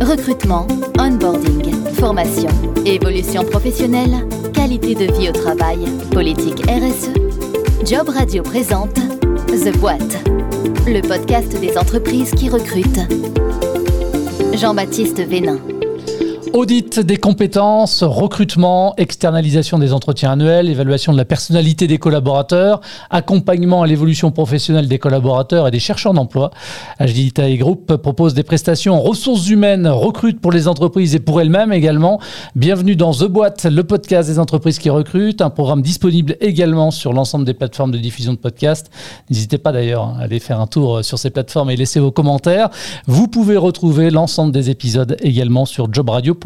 Recrutement, onboarding, formation, évolution professionnelle, qualité de vie au travail, politique RSE. Job Radio présente The Boîte, le podcast des entreprises qui recrutent. Jean-Baptiste Vénin. Audit des compétences, recrutement, externalisation des entretiens annuels, évaluation de la personnalité des collaborateurs, accompagnement à l'évolution professionnelle des collaborateurs et des chercheurs d'emploi. Agilitae Group propose des prestations en ressources humaines, recrute pour les entreprises et pour elles-mêmes également. Bienvenue dans The Boîte, le podcast des entreprises qui recrutent, un programme disponible également sur l'ensemble des plateformes de diffusion de podcasts. N'hésitez pas d'ailleurs à aller faire un tour sur ces plateformes et laisser vos commentaires. Vous pouvez retrouver l'ensemble des épisodes également sur jobradio.fr.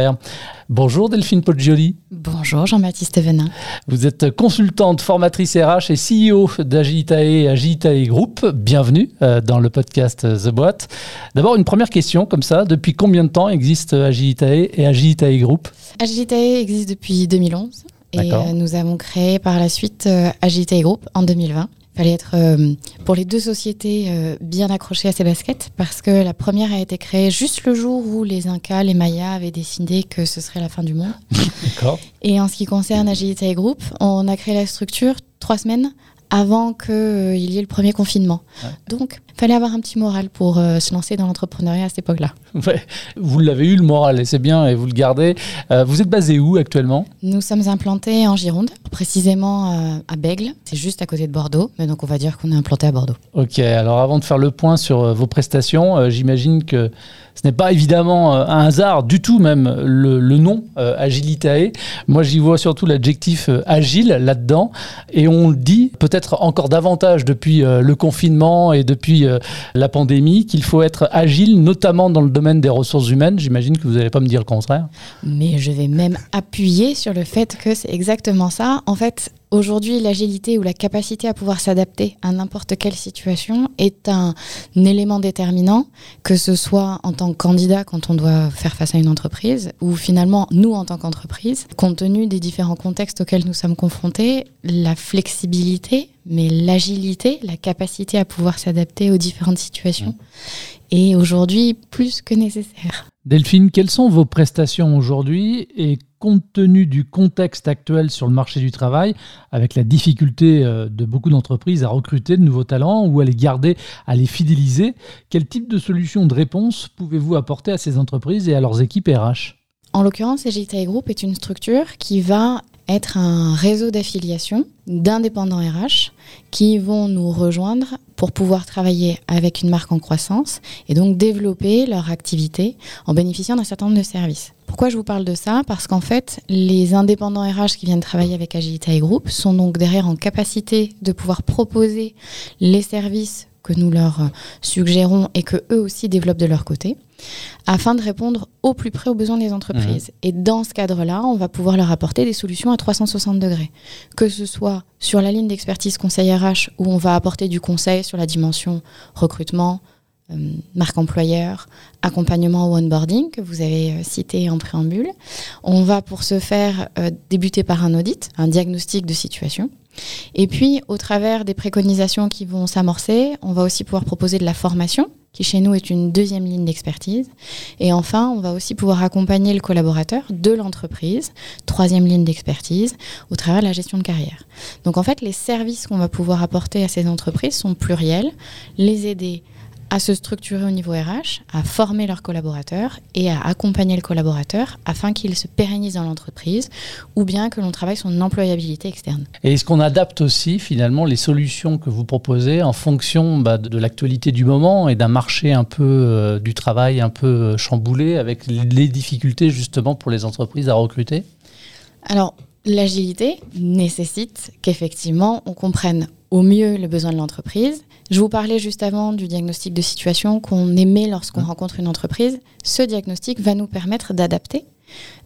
Bonjour Delphine Poggioli. Bonjour Jean-Baptiste Vénin. Vous êtes consultante, formatrice RH et CEO d'Agilitae et Agilitae Group. Bienvenue dans le podcast The Boîte. D'abord, une première question comme ça. Depuis combien de temps existe Agilitae et Agilitae Group ? Agilitae existe depuis 2011 et nous avons créé par la suite Agilitae Group en 2020. Il fallait être, pour les deux sociétés, bien accrochés à ses baskets parce que la première a été créée juste le jour où les Incas, les Mayas avaient décidé que ce serait la fin du monde. D'accord. Et en ce qui concerne Agilitae Group, on a créé la structure 3 semaines avant qu'il y ait le premier confinement. Ouais. Donc, il fallait avoir un petit moral pour se lancer dans l'entrepreneuriat à cette époque-là. Ouais, vous l'avez eu le moral et c'est bien et vous le gardez. Vous êtes basé où actuellement ? Nous sommes implantés en Gironde, précisément à Bègles. C'est juste à côté de Bordeaux, mais donc on va dire qu'on est implanté à Bordeaux. Ok, alors avant de faire le point sur vos prestations, j'imagine que ce n'est pas évidemment un hasard du tout même le nom Agilitae. Moi j'y vois surtout l'adjectif agile là-dedans et on le dit peut-être encore davantage depuis le confinement et depuis la pandémie qu'il faut être agile, notamment dans le domaine des ressources humaines. J'imagine que vous n'allez pas me dire le contraire. Mais je vais même appuyer sur le fait que c'est exactement ça. En fait, aujourd'hui, l'agilité ou la capacité à pouvoir s'adapter à n'importe quelle situation est un élément déterminant, que ce soit en tant que candidat quand on doit faire face à une entreprise, ou finalement nous en tant qu'entreprise, compte tenu des différents contextes auxquels nous sommes confrontés, la flexibilité, mais l'agilité, la capacité à pouvoir s'adapter aux différentes situations est aujourd'hui plus que nécessaire. Delphine, quelles sont vos prestations aujourd'hui et compte tenu du contexte actuel sur le marché du travail, avec la difficulté de beaucoup d'entreprises à recruter de nouveaux talents ou à les garder, à les fidéliser, quel type de solution, de réponse pouvez-vous apporter à ces entreprises et à leurs équipes RH ? En l'occurrence, Agilitae Group est une structure qui va être un réseau d'affiliation d'indépendants RH qui vont nous rejoindre pour pouvoir travailler avec une marque en croissance et donc développer leur activité en bénéficiant d'un certain nombre de services. Pourquoi je vous parle de ça ? Parce qu'en fait, les indépendants RH qui viennent travailler avec Agilitae Group sont donc derrière en capacité de pouvoir proposer les services que nous leur suggérons et que eux aussi développent de leur côté, afin de répondre au plus près aux besoins des entreprises. Et dans ce cadre-là, on va pouvoir leur apporter des solutions à 360 degrés. Que ce soit sur la ligne d'expertise conseil RH, où on va apporter du conseil sur la dimension recrutement, marque employeur, accompagnement ou onboarding, que vous avez cité en préambule. On va pour ce faire débuter par un audit, un diagnostic de situation. Et puis, au travers des préconisations qui vont s'amorcer, on va aussi pouvoir proposer de la formation, qui chez nous est une deuxième ligne d'expertise. Et enfin, on va aussi pouvoir accompagner le collaborateur de l'entreprise, troisième ligne d'expertise, au travers de la gestion de carrière. Donc en fait, les services qu'on va pouvoir apporter à ces entreprises sont pluriels, les aider à se structurer au niveau RH, à former leurs collaborateurs et à accompagner le collaborateur afin qu'il se pérennise dans l'entreprise ou bien que l'on travaille son employabilité externe. Et est-ce qu'on adapte aussi finalement les solutions que vous proposez en fonction de l'actualité du moment et d'un marché un peu du travail un peu chamboulé avec les difficultés justement pour les entreprises à recruter ? Alors, l'agilité nécessite qu'effectivement on comprenne au mieux le besoin de l'entreprise. Je vous parlais juste avant du diagnostic de situation qu'on émet lorsqu'on rencontre une entreprise. Ce diagnostic va nous permettre d'adapter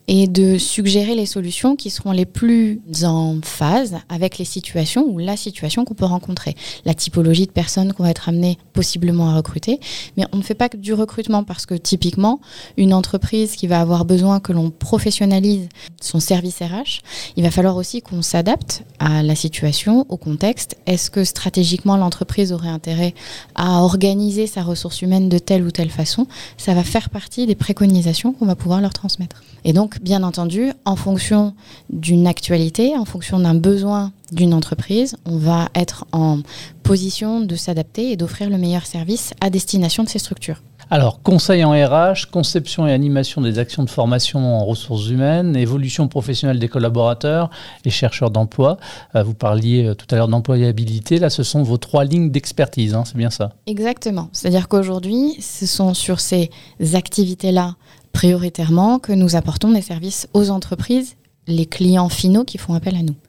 et de suggérer les solutions qui seront les plus en phase avec les situations ou la situation qu'on peut rencontrer, la typologie de personnes qu'on va être amené possiblement à recruter. Mais on ne fait pas que du recrutement parce que typiquement, une entreprise qui va avoir besoin que l'on professionnalise son service RH, il va falloir aussi qu'on s'adapte à la situation, au contexte. Est-ce que stratégiquement l'entreprise aurait intérêt à organiser sa ressource humaine de telle ou telle façon? Ça va faire partie des préconisations qu'on va pouvoir leur transmettre. Et donc, bien entendu, en fonction d'une actualité, en fonction d'un besoin d'une entreprise, on va être en position de s'adapter et d'offrir le meilleur service à destination de ces structures. Alors, conseil en RH, conception et animation des actions de formation en ressources humaines, évolution professionnelle des collaborateurs et chercheurs d'emploi. Vous parliez tout à l'heure d'employabilité. Là, ce sont vos 3 lignes d'expertise, hein, c'est bien ça? Exactement. C'est-à-dire qu'aujourd'hui, ce sont sur ces activités-là, prioritairement, que nous apportons des services aux entreprises, les clients finaux qui font appel à nous.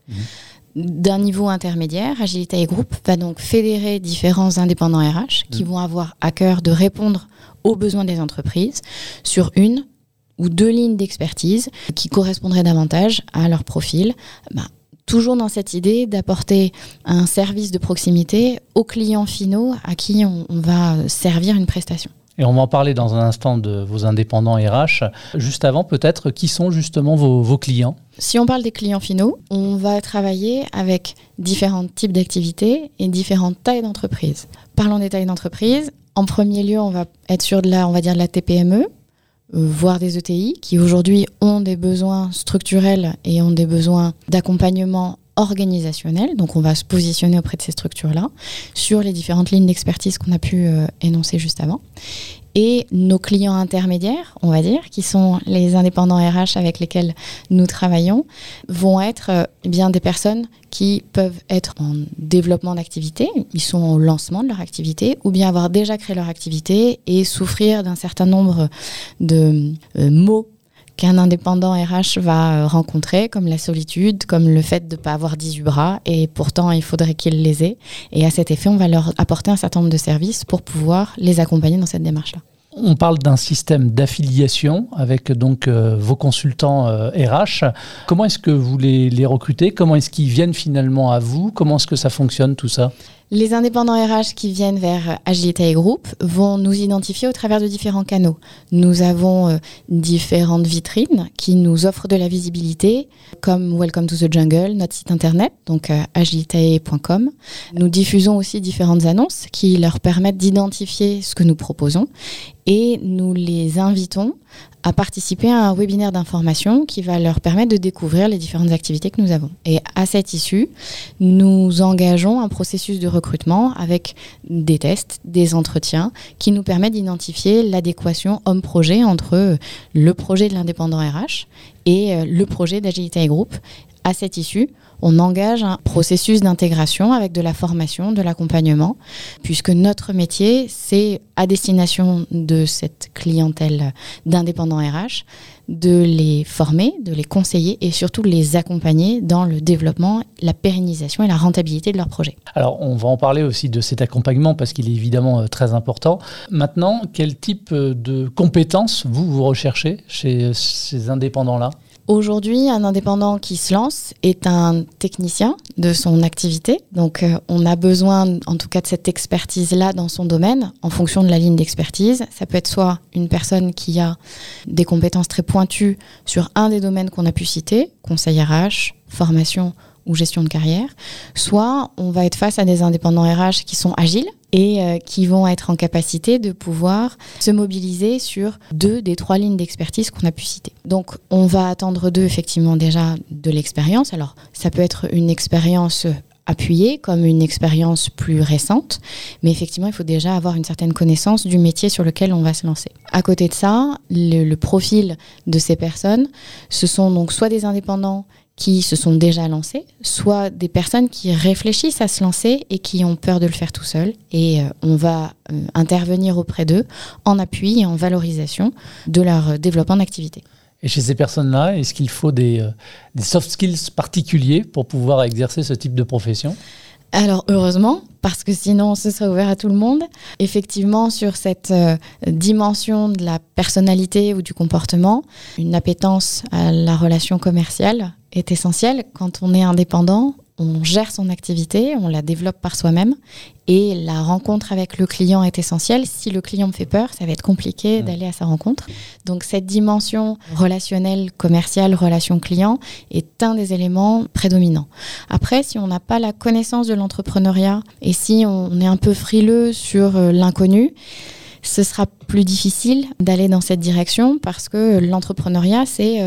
D'un niveau intermédiaire, Agilitae Group va donc fédérer différents indépendants RH qui vont avoir à cœur de répondre aux besoins des entreprises sur 1 ou 2 lignes d'expertise qui correspondraient davantage à leur profil. Toujours dans cette idée d'apporter un service de proximité aux clients finaux à qui on va servir une prestation. Et on va en parler dans un instant de vos indépendants RH. Juste avant, peut-être, qui sont justement vos clients? Si on parle des clients finaux, on va travailler avec différents types d'activités et différentes tailles d'entreprises. Parlons des tailles d'entreprises. En premier lieu, on va être sur de la TPME, voire des ETI, qui aujourd'hui ont des besoins structurels et ont des besoins d'accompagnement organisationnel. Donc, on va se positionner auprès de ces structures-là sur les différentes lignes d'expertise qu'on a pu énoncer juste avant. Et nos clients intermédiaires, on va dire, qui sont les indépendants RH avec lesquels nous travaillons, vont être des personnes qui peuvent être en développement d'activité, ils sont au lancement de leur activité, ou bien avoir déjà créé leur activité et souffrir d'un certain nombre de maux qu'un indépendant RH va rencontrer, comme la solitude, comme le fait de ne pas avoir 18 bras, et pourtant il faudrait qu'il les ait. Et à cet effet, on va leur apporter un certain nombre de services pour pouvoir les accompagner dans cette démarche-là. On parle d'un système d'affiliation avec donc vos consultants RH. Comment est-ce que vous les recrutez? Comment est-ce qu'ils viennent finalement à vous? Comment est-ce que ça fonctionne tout ça? Les indépendants RH qui viennent vers Agilitae Group vont nous identifier au travers de différents canaux. Nous avons différentes vitrines qui nous offrent de la visibilité, comme Welcome to the Jungle, notre site internet, donc agilitae.com. Nous diffusons aussi différentes annonces qui leur permettent d'identifier ce que nous proposons et nous les invitons à participer à un webinaire d'information qui va leur permettre de découvrir les différentes activités que nous avons. Et à cette issue, nous engageons un processus de recrutement avec des tests, des entretiens qui nous permettent d'identifier l'adéquation homme-projet entre le projet de l'indépendant RH et le projet d'Agilitae Group. À cette issue, on engage un processus d'intégration avec de la formation, de l'accompagnement, puisque notre métier, c'est à destination de cette clientèle d'indépendants RH, de les former, de les conseiller et surtout de les accompagner dans le développement, la pérennisation et la rentabilité de leur projet. Alors, on va en parler aussi de cet accompagnement parce qu'il est évidemment très important. Maintenant, quel type de compétences vous recherchez chez ces indépendants-là ? Aujourd'hui, un indépendant qui se lance est un technicien de son activité. Donc, on a besoin, en tout cas, de cette expertise-là dans son domaine, en fonction de la ligne d'expertise. Ça peut être soit une personne qui a des compétences très pointues sur un des domaines qu'on a pu citer, conseil RH, formation ou gestion de carrière, soit on va être face à des indépendants RH qui sont agiles et qui vont être en capacité de pouvoir se mobiliser sur 2 des 3 lignes d'expertise qu'on a pu citer. Donc, on va attendre d'eux effectivement déjà de l'expérience. Alors, ça peut être une expérience appuyée comme une expérience plus récente, mais effectivement, il faut déjà avoir une certaine connaissance du métier sur lequel on va se lancer. À côté de ça, le profil de ces personnes, ce sont donc soit des indépendants qui se sont déjà lancés, soit des personnes qui réfléchissent à se lancer et qui ont peur de le faire tout seul. Et on va intervenir auprès d'eux en appui et en valorisation de leur développement d'activité. Et chez ces personnes-là, est-ce qu'il faut des soft skills particuliers pour pouvoir exercer ce type de profession ? Alors heureusement, parce que sinon ce serait ouvert à tout le monde. Effectivement, sur cette dimension de la personnalité ou du comportement, une appétence à la relation commerciale est essentielle. Quand on est indépendant, on gère son activité, on la développe par soi-même et la rencontre avec le client est essentielle. Si le client me fait peur, ça va être compliqué d'aller à sa rencontre. Donc cette dimension relationnelle, commerciale, relation client est un des éléments prédominants. Après, si on n'a pas la connaissance de l'entrepreneuriat et si on est un peu frileux sur l'inconnu, ce sera plus difficile d'aller dans cette direction parce que l'entrepreneuriat, c'est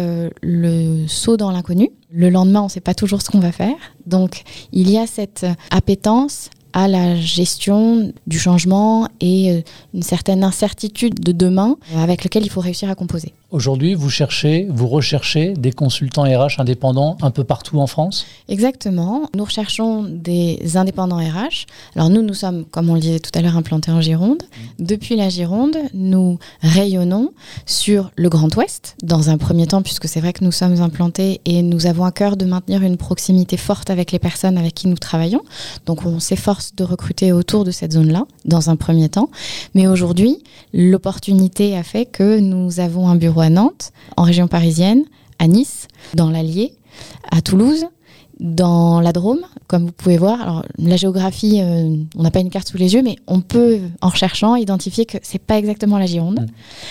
le saut dans l'inconnu. Le lendemain, on ne sait pas toujours ce qu'on va faire. Donc, il y a cette appétence à la gestion du changement et une certaine incertitude de demain avec lequel il faut réussir à composer. Aujourd'hui, vous recherchez des consultants RH indépendants un peu partout en France ? Exactement. Nous recherchons des indépendants RH. Alors nous sommes, comme on le disait tout à l'heure, implantés en Gironde. Depuis la Gironde, nous rayonnons sur le Grand Ouest, dans un premier temps, puisque c'est vrai que nous sommes implantés et nous avons à cœur de maintenir une proximité forte avec les personnes avec qui nous travaillons. Donc on s'efforce de recruter autour de cette zone-là, dans un premier temps. Mais aujourd'hui, l'opportunité a fait que nous avons un bureau à Nantes, en région parisienne, à Nice, dans l'Allier, à Toulouse, dans la Drôme, comme vous pouvez voir. Alors, la géographie, on n'a pas une carte sous les yeux, mais on peut, en recherchant, identifier que c'est pas exactement la Gironde.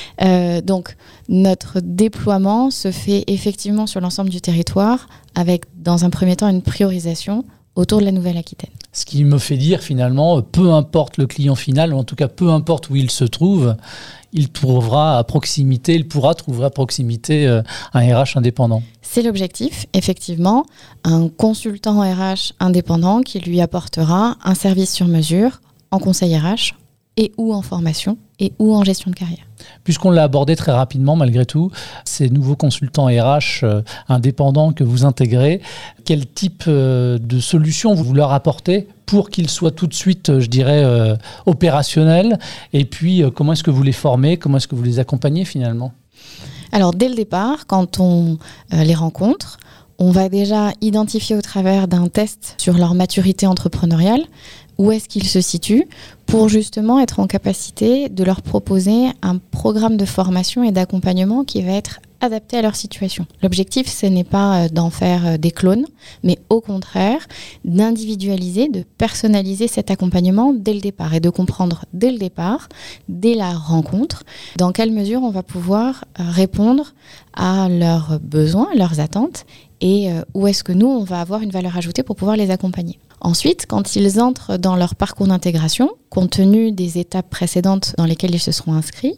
Donc, notre déploiement se fait effectivement sur l'ensemble du territoire, avec, dans un premier temps, une priorisation autour de la Nouvelle-Aquitaine. Ce qui me fait dire finalement, peu importe le client final, ou en tout cas peu importe où il se trouve, il pourra trouver à proximité un RH indépendant. C'est l'objectif, effectivement, un consultant RH indépendant qui lui apportera un service sur mesure en conseil RH et ou en formation et ou en gestion de carrière. Puisqu'on l'a abordé très rapidement malgré tout, ces nouveaux consultants RH indépendants que vous intégrez, quel type de solution vous leur apportez pour qu'ils soient tout de suite, je dirais, opérationnels ? Et puis, comment est-ce que vous les formez ? Comment est-ce que vous les accompagnez finalement ? Alors, dès le départ, quand on les rencontre, on va déjà identifier au travers d'un test sur leur maturité entrepreneuriale où est-ce qu'ils se situent pour justement être en capacité de leur proposer un programme de formation et d'accompagnement qui va être adapté à leur situation. L'objectif, ce n'est pas d'en faire des clones, mais au contraire, d'individualiser, de personnaliser cet accompagnement dès le départ et de comprendre dès le départ, dès la rencontre, dans quelle mesure on va pouvoir répondre à leurs besoins, leurs attentes et où est-ce que nous, on va avoir une valeur ajoutée pour pouvoir les accompagner. Ensuite, quand ils entrent dans leur parcours d'intégration, compte tenu des étapes précédentes dans lesquelles ils se seront inscrits,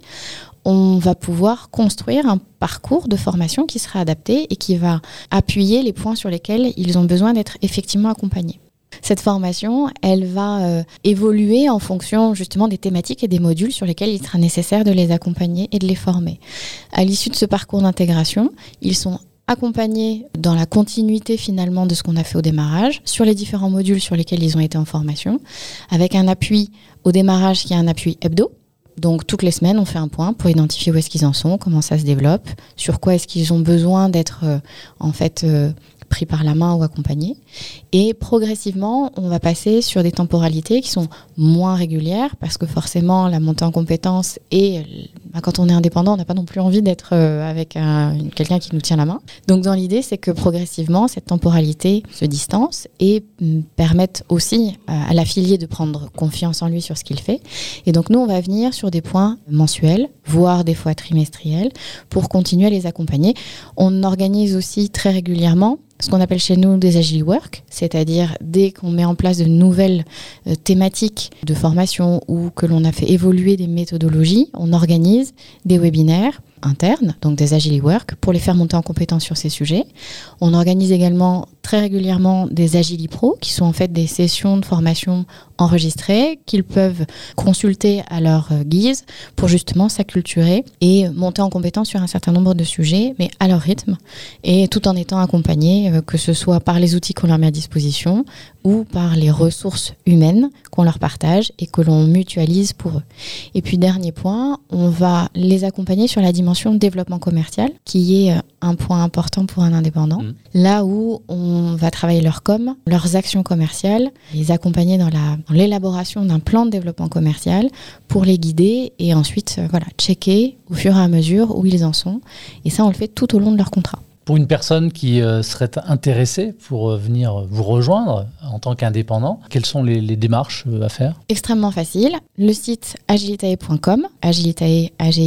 on va pouvoir construire un parcours de formation qui sera adapté et qui va appuyer les points sur lesquels ils ont besoin d'être effectivement accompagnés. Cette formation, elle va évoluer en fonction justement des thématiques et des modules sur lesquels il sera nécessaire de les accompagner et de les former. À l'issue de ce parcours d'intégration, ils sont accompagnés dans la continuité finalement de ce qu'on a fait au démarrage, sur les différents modules sur lesquels ils ont été en formation, avec un appui au démarrage qui est un appui hebdo. Donc toutes les semaines, on fait un point pour identifier où est-ce qu'ils en sont, comment ça se développe, sur quoi est-ce qu'ils ont besoin d'être pris par la main ou accompagnés. Et progressivement, on va passer sur des temporalités qui sont moins régulières parce que forcément, la montée en compétences et quand on est indépendant, on n'a pas non plus envie d'être avec quelqu'un qui nous tient la main. Donc dans l'idée, c'est que progressivement, cette temporalité se distance et permette aussi à l'affilié de prendre confiance en lui sur ce qu'il fait. Et donc nous, on va venir sur des points mensuels, voire des fois trimestriels, pour continuer à les accompagner. On organise aussi très régulièrement ce qu'on appelle chez nous des Agile Work, c'est-à-dire dès qu'on met en place de nouvelles thématiques de formation ou que l'on a fait évoluer des méthodologies, on organise des webinaires internes, donc des Agile Work, pour les faire monter en compétence sur ces sujets. On organise également très régulièrement des Agile Pro, qui sont en fait des sessions de formation enregistrées qu'ils peuvent consulter à leur guise pour justement s'acculturer et monter en compétence sur un certain nombre de sujets, mais à leur rythme, et tout en étant accompagnés, que ce soit par les outils qu'on leur met à disposition ou par les ressources humaines qu'on leur partage et que l'on mutualise pour eux. Et puis dernier point, on va les accompagner sur la dimension dimension développement commercial, qui est un point important pour un indépendant. Là où on va travailler leur com, leurs actions commerciales, les accompagner dans l'élaboration d'un plan de développement commercial pour les guider et ensuite checker au fur et à mesure où ils en sont. Et ça, on le fait tout au long de leur contrat. Pour une personne qui serait intéressée pour venir vous rejoindre en tant qu'indépendant, quelles sont les démarches à faire ? Extrêmement facile. Le site agilitae.com, agilitae,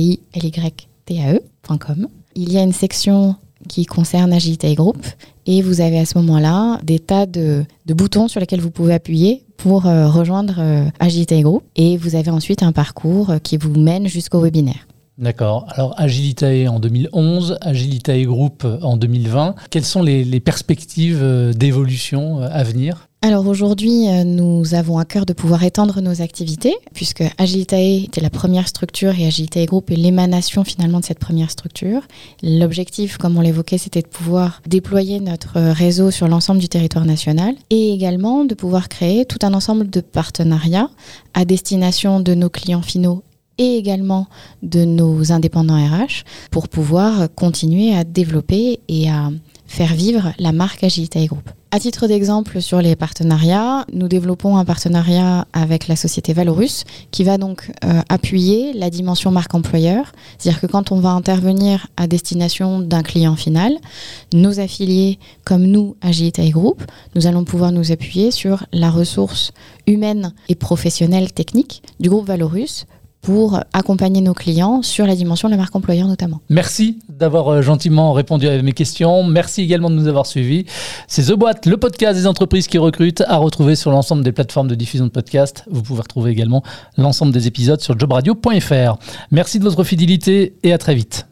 AGILYTAE.com. Il y a une section qui concerne Agilitae Group et vous avez à ce moment-là des tas de boutons sur lesquels vous pouvez appuyer pour rejoindre Agilitae Group et vous avez ensuite un parcours qui vous mène jusqu'au webinaire. D'accord. Alors, Agilitae en 2011, Agilitae Group en 2020. Quelles sont les perspectives d'évolution à venir ? Alors aujourd'hui, nous avons à cœur de pouvoir étendre nos activités, puisque Agilitae était la première structure et Agilitae Group est l'émanation finalement de cette première structure. L'objectif, comme on l'évoquait, c'était de pouvoir déployer notre réseau sur l'ensemble du territoire national et également de pouvoir créer tout un ensemble de partenariats à destination de nos clients finaux et également de nos indépendants RH pour pouvoir continuer à développer et à faire vivre la marque Agilitae Group. À titre d'exemple sur les partenariats, nous développons un partenariat avec la société Valorus qui va donc appuyer la dimension marque employeur. C'est-à-dire que quand on va intervenir à destination d'un client final, nos affiliés comme nous, Agilitae Group, nous allons pouvoir nous appuyer sur la ressource humaine et professionnelle technique du groupe Valorus pour accompagner nos clients sur la dimension de la marque employeur notamment. Merci d'avoir gentiment répondu à mes questions. Merci également de nous avoir suivis. C'est The Boîte, le podcast des entreprises qui recrutent, à retrouver sur l'ensemble des plateformes de diffusion de podcasts. Vous pouvez retrouver également l'ensemble des épisodes sur jobradio.fr. Merci de votre fidélité et à très vite.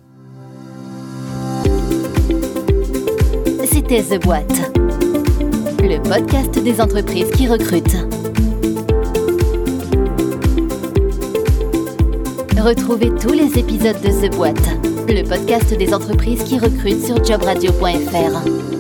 C'était The Boîte, le podcast des entreprises qui recrutent. Retrouvez tous les épisodes de The Boîte, le podcast des entreprises qui recrutent sur jobradio.fr.